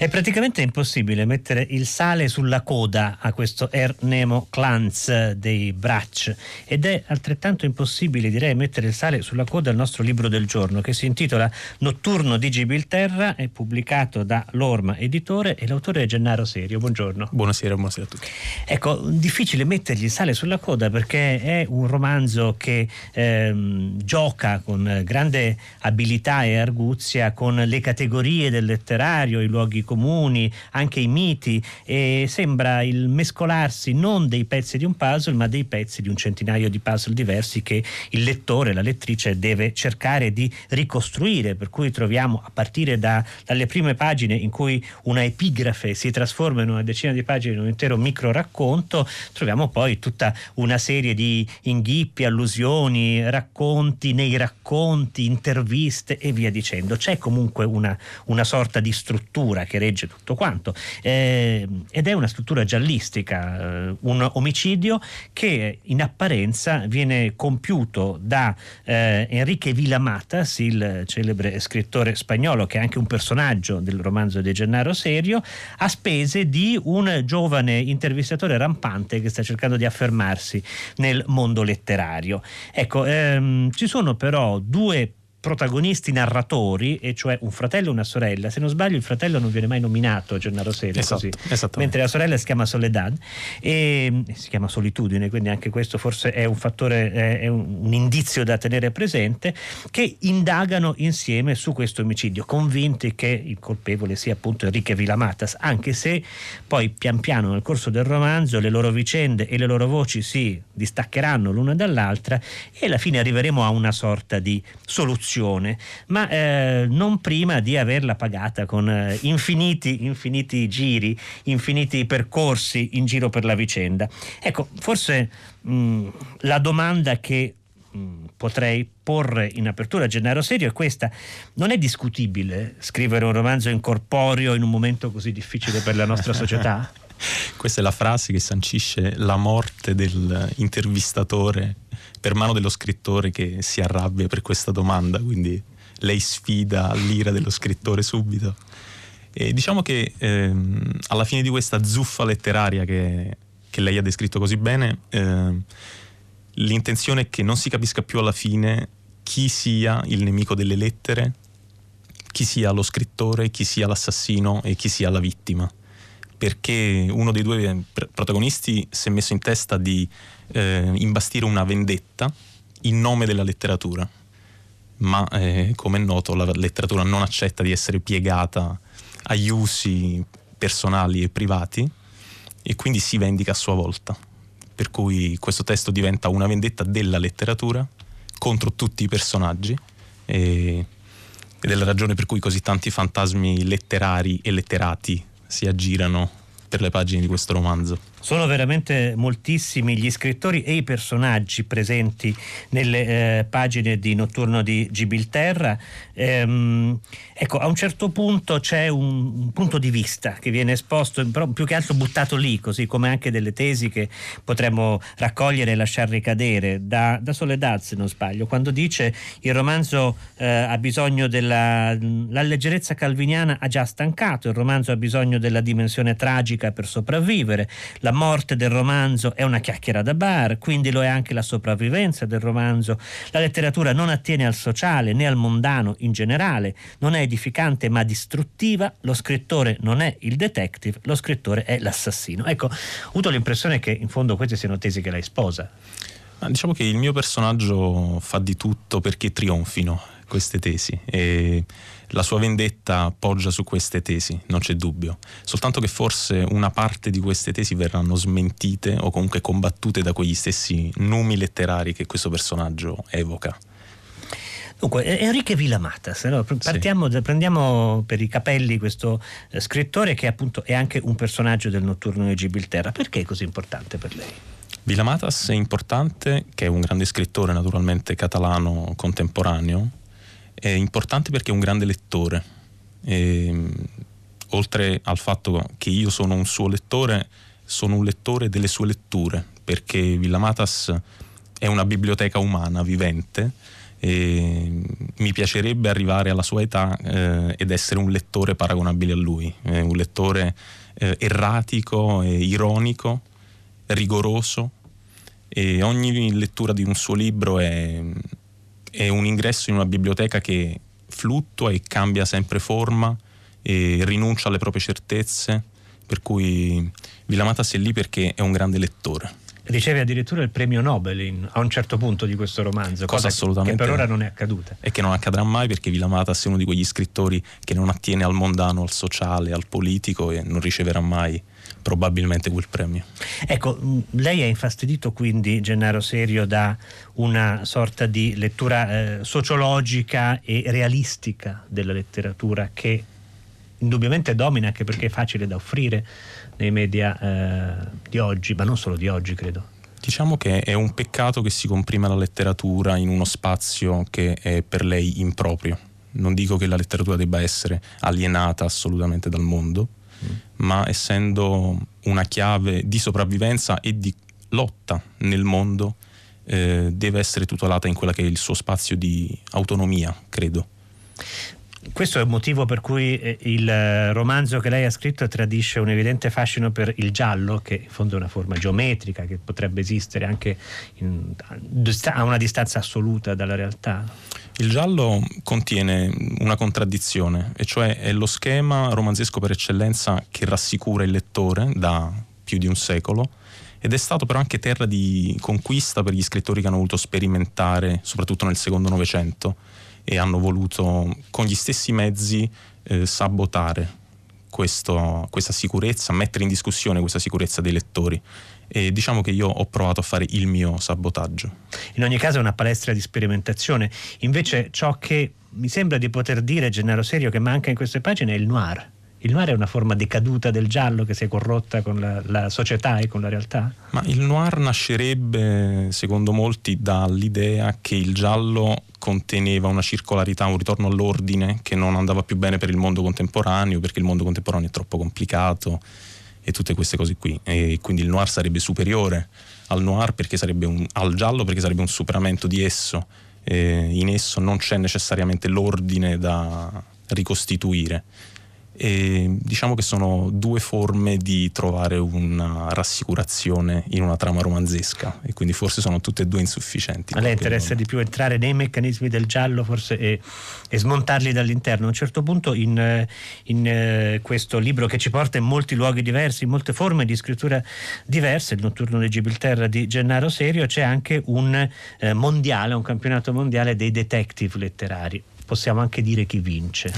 È praticamente impossibile mettere il sale sulla coda a questo Nemo Clans dei Brach, ed è altrettanto impossibile, direi, mettere il sale sulla coda al nostro libro del giorno, che si intitola Notturno di Gibilterra, è pubblicato da Lorma Editore e l'autore è Gennaro Serio. Buongiorno. Buonasera a tutti. Ecco, difficile mettergli il sale sulla coda perché è un romanzo che gioca con grande abilità e arguzia con le categorie del letterario, i luoghi comuni, anche i miti, e sembra il mescolarsi non dei pezzi di un puzzle ma dei pezzi di un centinaio di puzzle diversi che il lettore, la lettrice deve cercare di ricostruire, per cui troviamo, a partire dalle prime pagine in cui una epigrafe si trasforma in una decina di pagine in un intero micro racconto, troviamo poi tutta una serie di inghippi, allusioni, racconti nei racconti, interviste e via dicendo. C'è comunque una sorta di struttura che regge tutto quanto, ed è una struttura giallistica, un omicidio che in apparenza viene compiuto da Enrique Villamatas, il celebre scrittore spagnolo che è anche un personaggio del romanzo di Gennaro Serio, a spese di un giovane intervistatore rampante che sta cercando di affermarsi nel mondo letterario. Ecco, ci sono però due protagonisti narratori, e cioè un fratello e una sorella. Se non sbaglio il fratello non viene mai nominato, Gennaro Serio, così, mentre la sorella si chiama Soledad e si chiama Solitudine, quindi anche questo forse è un fattore, è un indizio da tenere presente, che indagano insieme su questo omicidio, convinti che il colpevole sia appunto Enrique Villamatas, anche se poi pian piano nel corso del romanzo le loro vicende e le loro voci si distaccheranno l'una dall'altra e alla fine arriveremo a una sorta di soluzione, ma non prima di averla pagata con infiniti giri, infiniti percorsi in giro per la vicenda. Ecco, forse la domanda che potrei porre in apertura a Gennaro Serio è questa: non è discutibile scrivere un romanzo incorporeo in un momento così difficile per la nostra società? Questa è la frase che sancisce la morte dell'intervistatore per mano dello scrittore, che si arrabbia per questa domanda, quindi lei sfida l'ira dello scrittore subito. E diciamo che alla fine di questa zuffa letteraria che lei ha descritto così bene, l'intenzione è che non si capisca più alla fine chi sia il nemico delle lettere, chi sia lo scrittore, chi sia l'assassino e chi sia la vittima, perché uno dei due protagonisti si è messo in testa di imbastire una vendetta in nome della letteratura, ma come è noto la letteratura non accetta di essere piegata agli usi personali e privati e quindi si vendica a sua volta, per cui questo testo diventa una vendetta della letteratura contro tutti i personaggi, ed è la ragione per cui così tanti fantasmi letterari e letterati si aggirano per le pagine di questo romanzo. Sono veramente moltissimi gli scrittori e i personaggi presenti nelle pagine di Notturno di Gibilterra. Ecco, a un certo punto c'è un punto di vista che viene esposto, però più che altro buttato lì, così come anche delle tesi che potremmo raccogliere e lasciar ricadere da Soledad, se non sbaglio, quando dice: il romanzo ha bisogno la leggerezza calviniana ha già stancato, il romanzo ha bisogno della dimensione tragica per sopravvivere, la morte del romanzo è una chiacchiera da bar, quindi lo è anche la sopravvivenza del romanzo. La letteratura non attiene al sociale né al mondano in generale, non è edificante ma distruttiva, lo scrittore non è il detective, lo scrittore è l'assassino. Ecco, ho avuto l'impressione che in fondo queste siano tesi che lei sposa. Diciamo che il mio personaggio fa di tutto perché trionfino queste tesi e la sua vendetta poggia su queste tesi, non c'è dubbio, soltanto che forse una parte di queste tesi verranno smentite o comunque combattute da quegli stessi numi letterari che questo personaggio evoca. Dunque, Enrique Villamatas, no? Prendiamo per i capelli questo scrittore che appunto è anche un personaggio del Notturno di Gibilterra. Perché è così importante per lei? Villamatas è importante, che è un grande scrittore naturalmente catalano contemporaneo, è importante perché è un grande lettore, oltre al fatto che io sono un suo lettore, sono un lettore delle sue letture, perché Villamatas è una biblioteca umana vivente E mi piacerebbe arrivare alla sua età ed essere un lettore paragonabile a lui, un lettore erratico, ironico, rigoroso, e ogni lettura di un suo libro è un ingresso in una biblioteca che fluttua e cambia sempre forma e rinuncia alle proprie certezze, per cui Villa Matas è lì perché è un grande lettore. Riceve addirittura il premio Nobel a un certo punto di questo romanzo, cosa assolutamente che per ora non è accaduta. E che non accadrà mai, perché Villa Matas è uno di quegli scrittori che non attiene al mondano, al sociale, al politico, e non riceverà mai probabilmente quel premio. Ecco, lei è infastidito quindi, Gennaro Serio, da una sorta di lettura sociologica e realistica della letteratura che indubbiamente domina, anche perché è facile da offrire nei media di oggi, ma non solo di oggi, credo. Diciamo che è un peccato che si comprima la letteratura in uno spazio che è per lei improprio. Non dico che la letteratura debba essere alienata assolutamente dal mondo, ma essendo una chiave di sopravvivenza e di lotta nel mondo, deve essere tutelata in quella che è il suo spazio di autonomia, credo. Questo è il motivo per cui il romanzo che lei ha scritto tradisce un evidente fascino per il giallo, che in fondo è una forma geometrica che potrebbe esistere anche a una distanza assoluta dalla realtà. Il giallo contiene una contraddizione, e cioè è lo schema romanzesco per eccellenza che rassicura il lettore da più di un secolo, ed è stato però anche terra di conquista per gli scrittori che hanno voluto sperimentare, soprattutto nel secondo Novecento, e hanno voluto con gli stessi mezzi sabotare questa sicurezza, mettere in discussione questa sicurezza dei lettori. E diciamo che io ho provato a fare il mio sabotaggio. In ogni caso è una palestra di sperimentazione. Invece ciò che mi sembra di poter dire, Gennaro Serio, che manca in queste pagine è il noir. Il noir è una forma decaduta del giallo che si è corrotta con la società e con la realtà? Ma il noir nascerebbe, secondo molti, dall'idea che il giallo conteneva una circolarità, un ritorno all'ordine che non andava più bene per il mondo contemporaneo, perché il mondo contemporaneo è troppo complicato e tutte queste cose qui. E quindi il noir sarebbe superiore al noir al giallo, perché sarebbe un superamento di esso. In esso non c'è necessariamente l'ordine da ricostituire. E diciamo che sono due forme di trovare una rassicurazione in una trama romanzesca, e quindi forse sono tutte e due insufficienti. A lei interessa di più entrare nei meccanismi del giallo forse e smontarli dall'interno. A un certo punto in questo libro, che ci porta in molti luoghi diversi, in molte forme di scrittura diverse, il Notturno di Gibilterra di Gennaro Serio, c'è anche un mondiale, un campionato mondiale dei detective letterari. Possiamo anche dire chi vince.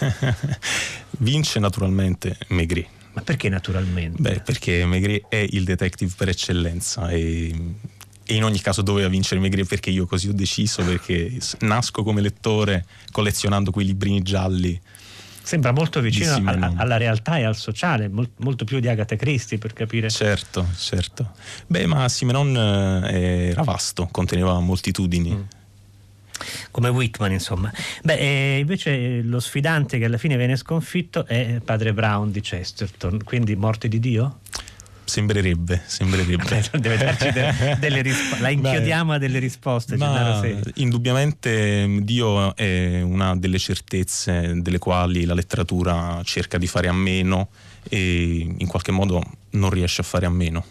Vince naturalmente Maigret. Ma perché naturalmente? Beh, perché Maigret è il detective per eccellenza, e in ogni caso doveva vincere Maigret, perché io così ho deciso, perché nasco come lettore collezionando quei librini gialli. Sembra molto vicino alla realtà e al sociale, molto più di Agatha Christie, per capire. Certo. Beh, ma Simenon era vasto, conteneva moltitudini. Come Whitman, insomma. Beh, invece lo sfidante che alla fine viene sconfitto è Padre Brown di Chesterton, quindi morte di Dio? Sembrerebbe. Deve darci delle risposte. La inchiodiamo a delle risposte. Ma indubbiamente Dio è una delle certezze delle quali la letteratura cerca di fare a meno, e in qualche modo non riesce a fare a meno.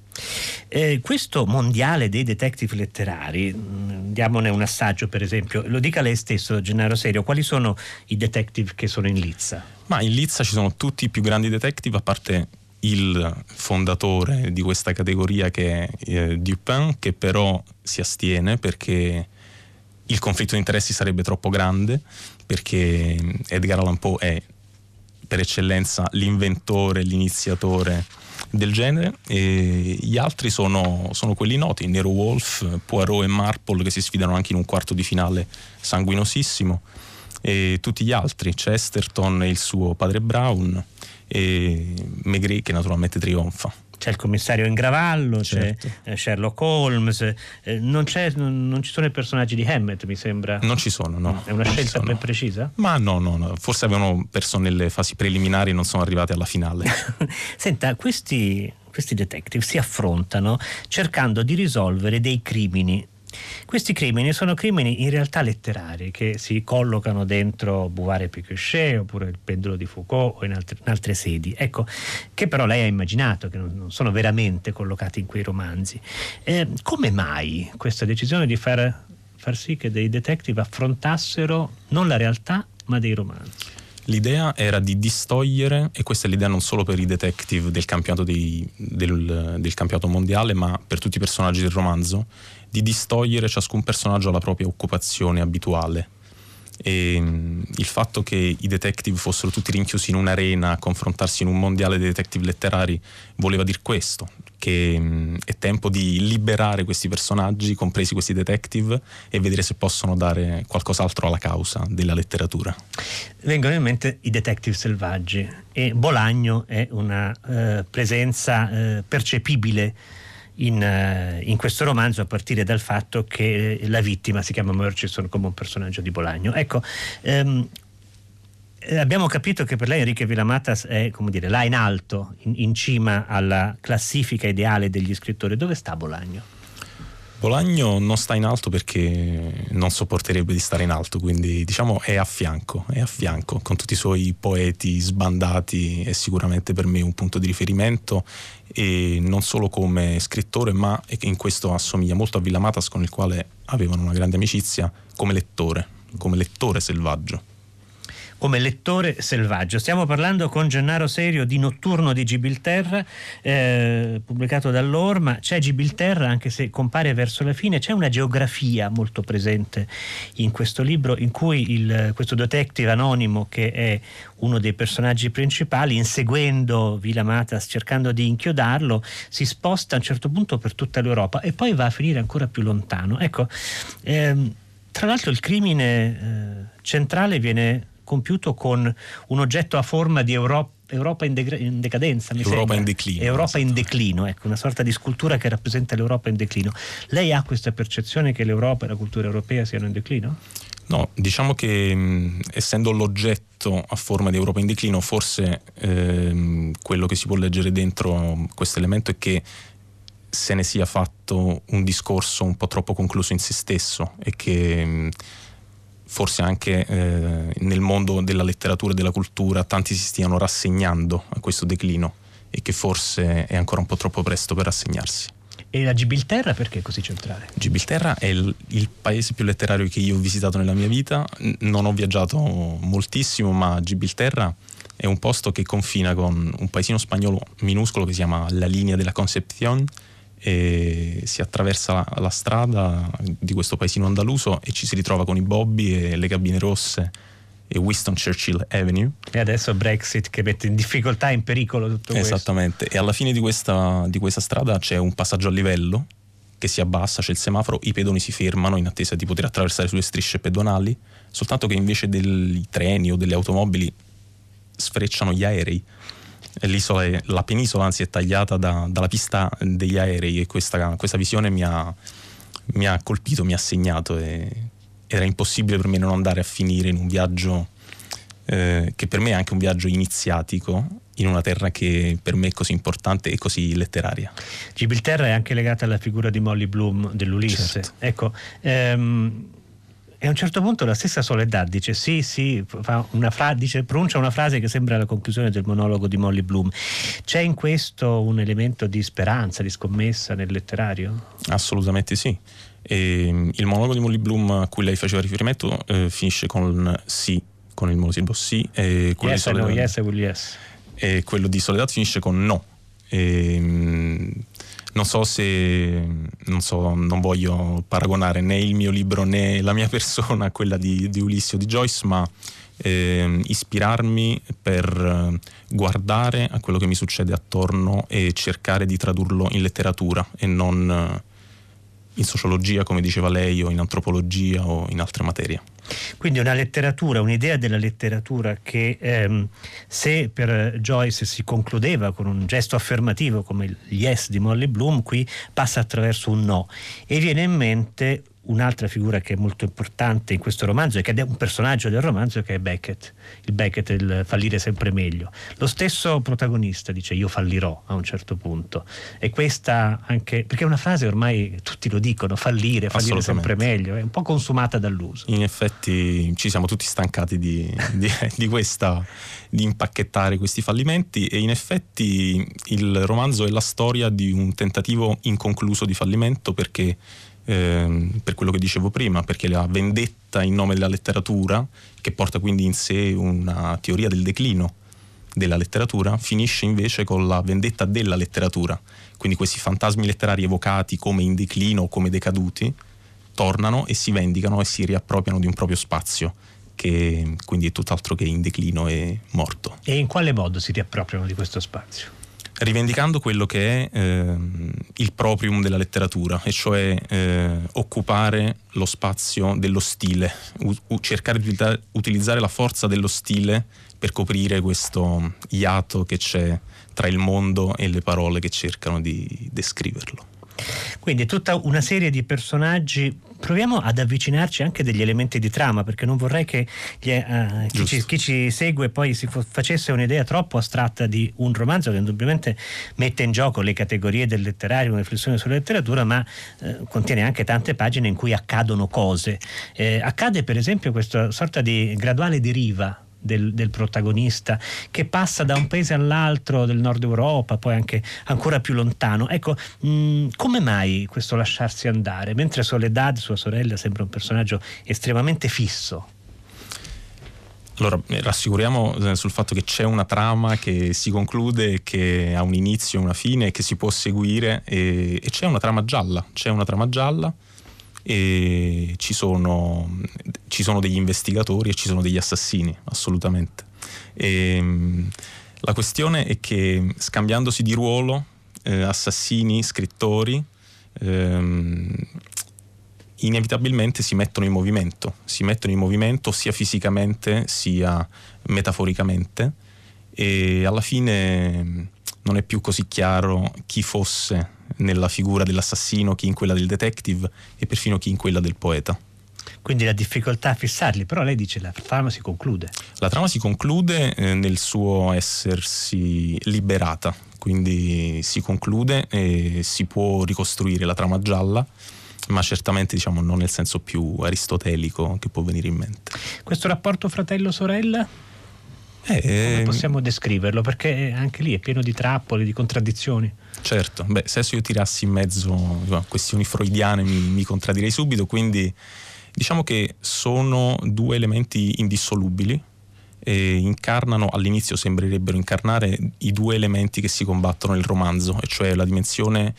Questo mondiale dei detective letterari, diamone un assaggio, per esempio. Lo dica lei stesso, Gennaro Serio, quali sono i detective che sono in lizza? Ma in lizza ci sono tutti i più grandi detective, a parte il fondatore di questa categoria, che è Dupin, che però si astiene perché il conflitto di interessi sarebbe troppo grande, perché Edgar Allan Poe è per eccellenza l'inventore, l'iniziatore del genere, e gli altri sono quelli noti: Nero Wolfe, Poirot e Marple, che si sfidano anche in un quarto di finale sanguinosissimo, e tutti gli altri, Chesterton e il suo Padre Brown, e Maigret che naturalmente trionfa. C'è il commissario Ingravallo, certo. C'è Sherlock Holmes, non ci sono i personaggi di Hammett, mi sembra. Non ci sono, no. È una scelta ben precisa? Ma no, forse avevano perso nelle fasi preliminari e non sono arrivati alla finale. Senta, questi detective si affrontano cercando di risolvere dei crimini Questi crimini sono crimini in realtà letterari che si collocano dentro Bouvard e Pécuchet oppure il pendolo di Foucault o in altre sedi, ecco, che però lei ha immaginato, che non sono veramente collocati in quei romanzi. Come mai questa decisione di far sì che dei detective affrontassero non la realtà ma dei romanzi? L'idea era di distogliere, e questa è l'idea non solo per i detective del campionato, del campionato mondiale, ma per tutti i personaggi del romanzo, di distogliere ciascun personaggio alla propria occupazione abituale. E il fatto che i detective fossero tutti rinchiusi in un'arena a confrontarsi in un mondiale dei detective letterari voleva dire questo, che è tempo di liberare questi personaggi, compresi questi detective, e vedere se possono dare qualcos'altro alla causa della letteratura. Vengono in mente i detective selvaggi, e Bolagno è una presenza percepibile in questo romanzo, a partire dal fatto che la vittima si chiama Murchison come un personaggio di Bolagno. Ecco, abbiamo capito che per lei Enrique Villamatas è, come dire, là in alto, in cima alla classifica ideale degli scrittori. Dove sta Bolagno? Bolagno non sta in alto perché non sopporterebbe di stare in alto, quindi diciamo è a fianco, con tutti i suoi poeti sbandati. È sicuramente per me un punto di riferimento, e non solo come scrittore, ma in questo assomiglia molto a Villamatas, con il quale avevano una grande amicizia, come lettore selvaggio. Come lettore selvaggio. Stiamo parlando con Gennaro Serio di Notturno di Gibilterra, pubblicato dall'Orma. C'è Gibilterra, anche se compare verso la fine. C'è una geografia molto presente in questo libro, in cui questo detective anonimo, che è uno dei personaggi principali, inseguendo Villamatas, cercando di inchiodarlo, si sposta a un certo punto per tutta l'Europa e poi va a finire ancora più lontano. Ecco, tra l'altro il crimine centrale viene compiuto con un oggetto a forma di Europa in decadenza, Europa in declino. Europa in declino, ecco, una sorta di scultura che rappresenta l'Europa in declino. Lei ha questa percezione che l'Europa e la cultura europea siano in declino? No, diciamo che essendo l'oggetto a forma di Europa in declino, forse quello che si può leggere dentro questo elemento è che se ne sia fatto un discorso un po' troppo concluso in se stesso, e che forse anche nel mondo della letteratura e della cultura tanti si stiano rassegnando a questo declino, e che forse è ancora un po' troppo presto per rassegnarsi. E la Gibilterra perché è così centrale? Gibilterra è il paese più letterario che io ho visitato nella mia vita. Non ho viaggiato moltissimo, ma Gibilterra è un posto che confina con un paesino spagnolo minuscolo che si chiama La Línea de la Concepción, e si attraversa la strada di questo paesino andaluso e ci si ritrova con i Bobby e le Cabine Rosse e Winston Churchill Avenue. E adesso Brexit che mette in difficoltà, in pericolo tutto questo. Esattamente. E alla fine di questa strada c'è un passaggio a livello che si abbassa, c'è il semaforo, i pedoni si fermano in attesa di poter attraversare sulle strisce pedonali, soltanto che invece dei treni o delle automobili sfrecciano gli aerei. La penisola anzi è tagliata dalla pista degli aerei, e questa visione mi ha colpito, mi ha segnato, e era impossibile per me non andare a finire in un viaggio che per me è anche un viaggio iniziatico in una terra che per me è così importante e così letteraria. Gibilterra è anche legata alla figura di Molly Bloom dell'Ulisse. Certo. Ecco, e a un certo punto la stessa Soledad dice pronuncia una frase che sembra la conclusione del monologo di Molly Bloom. C'è in questo un elemento di speranza, di scommessa nel letterario? Assolutamente sì. Il monologo di Molly Bloom a cui lei faceva riferimento finisce con sì, con il monosilbo sì, e quello yes, di Soledad, no, yes, I will yes. E quello di Soledad finisce con no. Non voglio paragonare né il mio libro né la mia persona a quella di Ulisse o di Joyce, ma ispirarmi per guardare a quello che mi succede attorno e cercare di tradurlo in letteratura e non in sociologia, come diceva lei, o in antropologia o in altre materie. Quindi una letteratura, un'idea della letteratura che se per Joyce si concludeva con un gesto affermativo come il yes di Molly Bloom, qui passa attraverso un no, e viene in mente un'altra figura che è molto importante in questo romanzo e che è un personaggio del romanzo, che è Beckett, il fallire sempre meglio. Lo stesso protagonista dice io fallirò a un certo punto, e questa anche perché è una frase ormai tutti lo dicono, fallire sempre meglio, è un po' consumata dall'uso. In effetti ci siamo tutti stancati di impacchettare questi fallimenti, e in effetti il romanzo è la storia di un tentativo inconcluso di fallimento, perché per quello che dicevo prima, perché la vendetta in nome della letteratura, che porta quindi in sé una teoria del declino della letteratura, finisce invece con la vendetta della letteratura. Quindi questi fantasmi letterari evocati come in declino o come decaduti tornano e si vendicano e si riappropriano di un proprio spazio, che quindi è tutt'altro che in declino e morto. E in quale modo si riappropriano di questo spazio? Rivendicando quello che è il proprium della letteratura, e cioè occupare lo spazio dello stile, cercare di utilizzare la forza dello stile per coprire questo iato che c'è tra il mondo e le parole che cercano di descriverlo. Quindi tutta una serie di personaggi. Proviamo ad avvicinarci anche degli elementi di trama, perché non vorrei che chi ci segue poi si facesse un'idea troppo astratta di un romanzo che indubbiamente mette in gioco le categorie del letterario, una riflessione sulla letteratura, ma contiene anche tante pagine in cui accadono cose. Accade per esempio questa sorta di graduale deriva del protagonista, che passa da un paese all'altro del nord Europa, poi anche ancora più lontano. Ecco, come mai questo lasciarsi andare, mentre Soledad, sua sorella, sembra un personaggio estremamente fisso? Allora, rassicuriamo sul fatto che c'è una trama che si conclude, che ha un inizio e una fine, che si può seguire, e c'è una trama gialla, e ci sono degli investigatori e ci sono degli assassini, assolutamente. La questione è che, scambiandosi di ruolo, assassini, scrittori, inevitabilmente si mettono in movimento sia fisicamente sia metaforicamente, e alla fine non è più così chiaro chi fosse nella figura dell'assassino, chi in quella del detective e perfino chi in quella del poeta. Quindi la difficoltà a fissarli, però lei dice la trama si conclude. La trama si conclude nel suo essersi liberata, quindi si conclude e si può ricostruire la trama gialla, ma certamente non nel senso più aristotelico che può venire in mente. Questo rapporto fratello-sorella? Come possiamo descriverlo? Perché anche lì è pieno di trappole, di contraddizioni. Certo, se adesso io tirassi in mezzo questioni freudiane mi contraddirei subito, quindi diciamo che sono due elementi indissolubili e incarnano, all'inizio sembrerebbero incarnare i due elementi che si combattono nel romanzo, e cioè la dimensione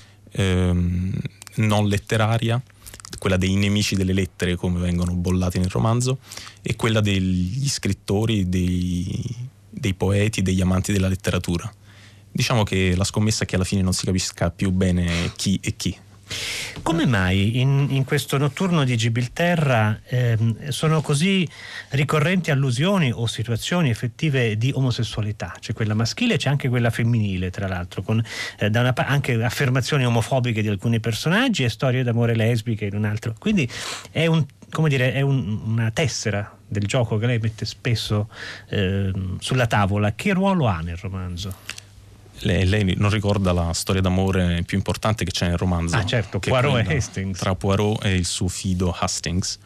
non letteraria, quella dei nemici delle lettere come vengono bollati nel romanzo, e quella degli scrittori, dei poeti, degli amanti della letteratura. Diciamo che la scommessa è che alla fine non si capisca più bene chi è chi. Come mai in questo Notturno di Gibilterra sono così ricorrenti allusioni o situazioni effettive di omosessualità? C'è quella maschile, c'è anche quella femminile, tra l'altro, con da una anche affermazioni omofobiche di alcuni personaggi e storie d'amore lesbiche in un altro. Quindi è una tessera del gioco che lei mette spesso sulla tavola. Che ruolo ha nel romanzo? Lei non ricorda la storia d'amore più importante che c'è nel romanzo? Ah, certo, Poirot e Hastings. Tra Poirot e il suo fido Hastings.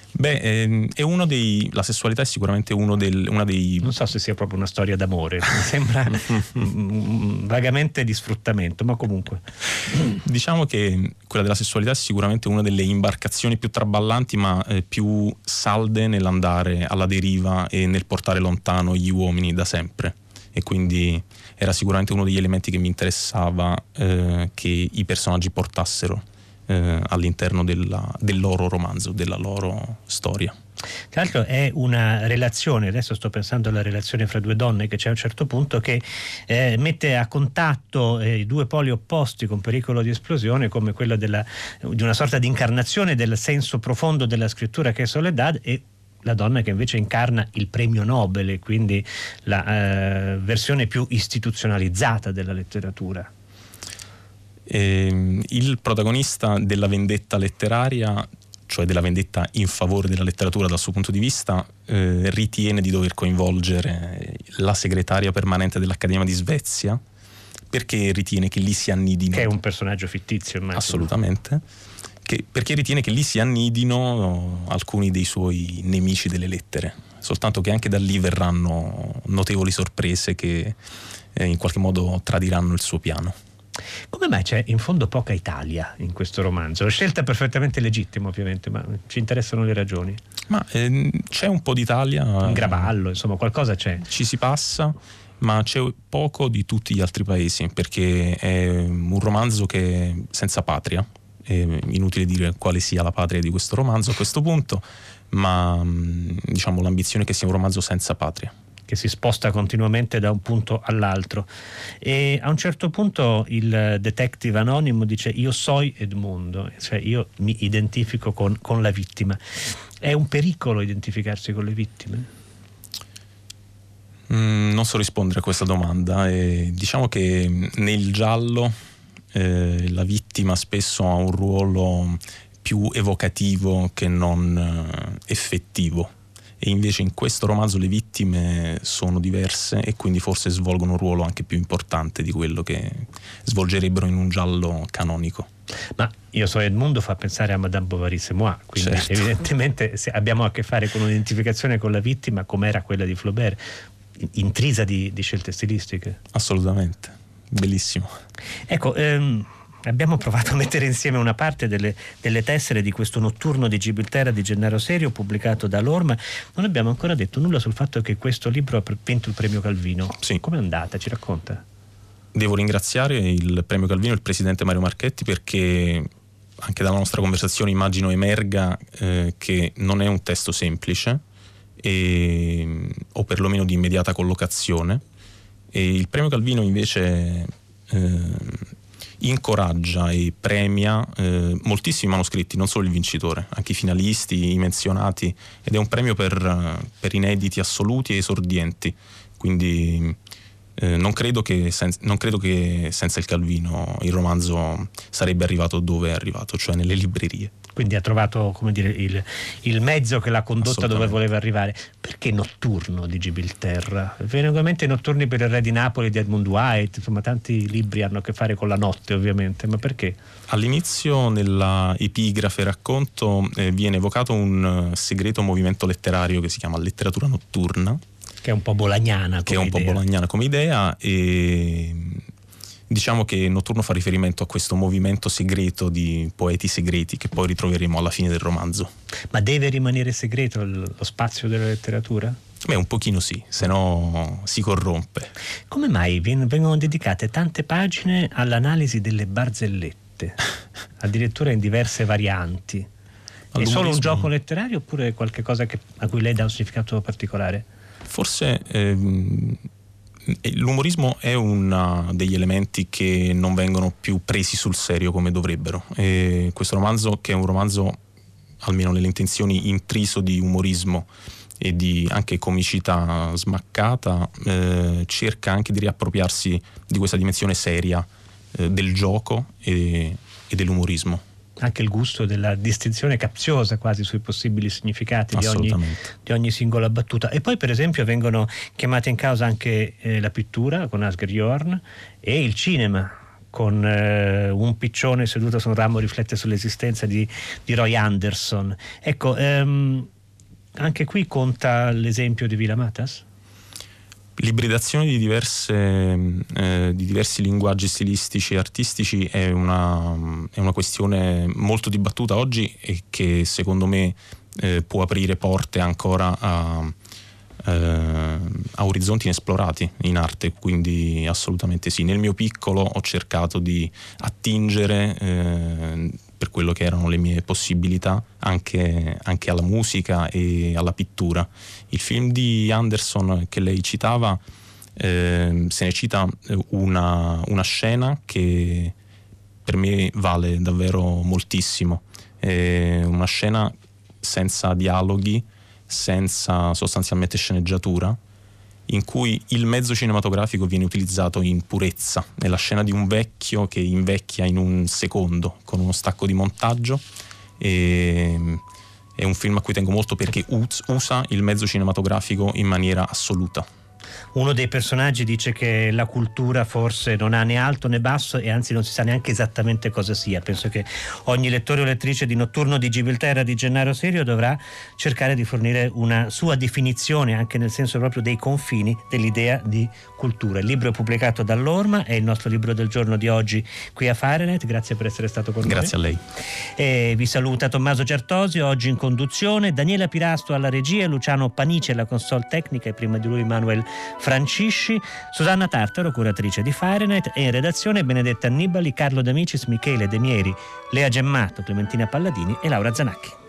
È la sessualità è sicuramente una dei... Non so se sia proprio una storia d'amore, mi sembra vagamente di sfruttamento, ma comunque. Diciamo che quella della sessualità è sicuramente una delle imbarcazioni più traballanti, ma più salde nell'andare alla deriva e nel portare lontano gli uomini da sempre. E quindi era sicuramente uno degli elementi che mi interessava che i personaggi portassero all'interno del loro romanzo, della loro storia. Tra l'altro è una relazione, adesso sto pensando alla relazione fra due donne, che c'è a un certo punto che mette a contatto i due poli opposti con pericolo di esplosione, come quello di una sorta di incarnazione del senso profondo della scrittura che è Soledad, e la donna che invece incarna il premio Nobel, quindi la versione più istituzionalizzata della letteratura. Il protagonista della vendetta letteraria cioè della vendetta in favore della letteratura dal suo punto di vista, ritiene di dover coinvolgere la segretaria permanente dell'Accademia di Svezia, perché ritiene che lì si annidino... Che è un personaggio fittizio, immagino. Assolutamente. Perché ritiene che lì si annidino alcuni dei suoi nemici delle lettere, soltanto che anche da lì verranno notevoli sorprese che in qualche modo tradiranno il suo piano. Come mai c'è in fondo poca Italia in questo romanzo? Scelta perfettamente legittima, ovviamente, ma ci interessano le ragioni. Ma c'è un po' d'Italia. Un gravallo, insomma, qualcosa c'è. Ci si passa, ma c'è poco di tutti gli altri paesi, perché è un romanzo che è senza patria. È inutile dire quale sia la patria di questo romanzo a questo punto, ma diciamo l'ambizione è che sia un romanzo senza patria, che si sposta continuamente da un punto all'altro, e a un certo punto il detective anonimo dice: io soy Edmundo, cioè io mi identifico con la vittima. È un pericolo identificarsi con le vittime? Non so rispondere a questa domanda. Diciamo che nel giallo la vittima spesso ha un ruolo più evocativo che non effettivo, e invece in questo romanzo le vittime sono diverse e quindi forse svolgono un ruolo anche più importante di quello che svolgerebbero in un giallo canonico. Ma Io so Edmundo fa pensare a Madame Bovary c'est moi, quindi certo, evidentemente se abbiamo a che fare con un'identificazione con la vittima come era quella di Flaubert, intrisa di scelte stilistiche. Assolutamente, bellissimo. Ecco, abbiamo provato a mettere insieme una parte delle tessere di questo Notturno di Gibilterra di Gennaro Serio, pubblicato da Lorma. Non abbiamo ancora detto nulla sul fatto che questo libro ha vinto il premio Calvino. Sì. Com'è andata? Ci racconta? Devo ringraziare il premio Calvino e il presidente Mario Marchetti, perché anche dalla nostra conversazione immagino emerga che non è un testo semplice o perlomeno di immediata collocazione, e il premio Calvino invece incoraggia e premia moltissimi manoscritti, non solo il vincitore, anche i finalisti, i menzionati, ed è un premio per inediti assoluti e esordienti, quindi non credo che senza il Calvino il romanzo sarebbe arrivato dove è arrivato, cioè nelle librerie. Quindi ha trovato, come dire, il mezzo che l'ha condotta dove voleva arrivare. Perché Notturno di Gibilterra? Vengono i Notturni per il Re di Napoli di Edmund White, insomma tanti libri hanno a che fare con la notte ovviamente, ma perché? All'inizio nella epigrafe racconto viene evocato un segreto movimento letterario che si chiama letteratura notturna, che è un po' bolagnana come idea, e diciamo che Notturno fa riferimento a questo movimento segreto di poeti segreti che poi ritroveremo alla fine del romanzo. Ma deve rimanere segreto lo spazio della letteratura? Beh, un pochino sì, se no si corrompe. Come mai vengono dedicate tante pagine all'analisi delle barzellette, addirittura in diverse varianti? È solo un gioco letterario oppure qualche cosa a cui lei dà un significato particolare? Forse l'umorismo è uno degli elementi che non vengono più presi sul serio come dovrebbero, e questo romanzo, che è un romanzo almeno nelle intenzioni intriso di umorismo e di anche comicità smaccata, cerca anche di riappropriarsi di questa dimensione seria del gioco e dell'umorismo. Anche il gusto della distinzione capziosa quasi sui possibili significati di ogni singola battuta. E poi per esempio vengono chiamate in causa anche la pittura con Asger Jorn e il cinema con Un piccione seduto su un ramo riflette sull'esistenza di Roy Andersson. Ecco, anche qui conta l'esempio di Vila Matas? L'ibridazione di diversi linguaggi stilistici e artistici è una questione molto dibattuta oggi e che secondo me può aprire porte ancora a orizzonti inesplorati in arte, quindi assolutamente sì. Nel mio piccolo ho cercato di attingere per quello che erano le mie possibilità anche alla musica e alla pittura. Il film di Anderson che lei citava, se ne cita una scena che per me vale davvero moltissimo, una scena senza dialoghi, senza sostanzialmente sceneggiatura, in cui il mezzo cinematografico viene utilizzato in purezza. È la scena di un vecchio che invecchia in un secondo con uno stacco di montaggio, e è un film a cui tengo molto perché usa il mezzo cinematografico in maniera assoluta. Uno dei personaggi dice che la cultura forse non ha né alto né basso e anzi non si sa neanche esattamente cosa sia. Penso che ogni lettore o lettrice di Notturno di Gibilterra di Gennaro Serio dovrà cercare di fornire una sua definizione, anche nel senso proprio dei confini dell'idea di cultura. Il libro è pubblicato dall'Orma, è il nostro libro del giorno di oggi qui a Fahrenheit. Grazie per essere stato con noi. Grazie a lei. E vi saluta Tommaso Certosio, oggi in conduzione, Daniela Pirasto alla regia, Luciano Panici alla console tecnica e prima di lui Manuel Francisci, Susanna Tartaro, curatrice di Fahrenheit, e in redazione Benedetta Annibali, Carlo D'Amicis, Michele De Mieri, Lea Gemmato, Clementina Palladini e Laura Zanacchi.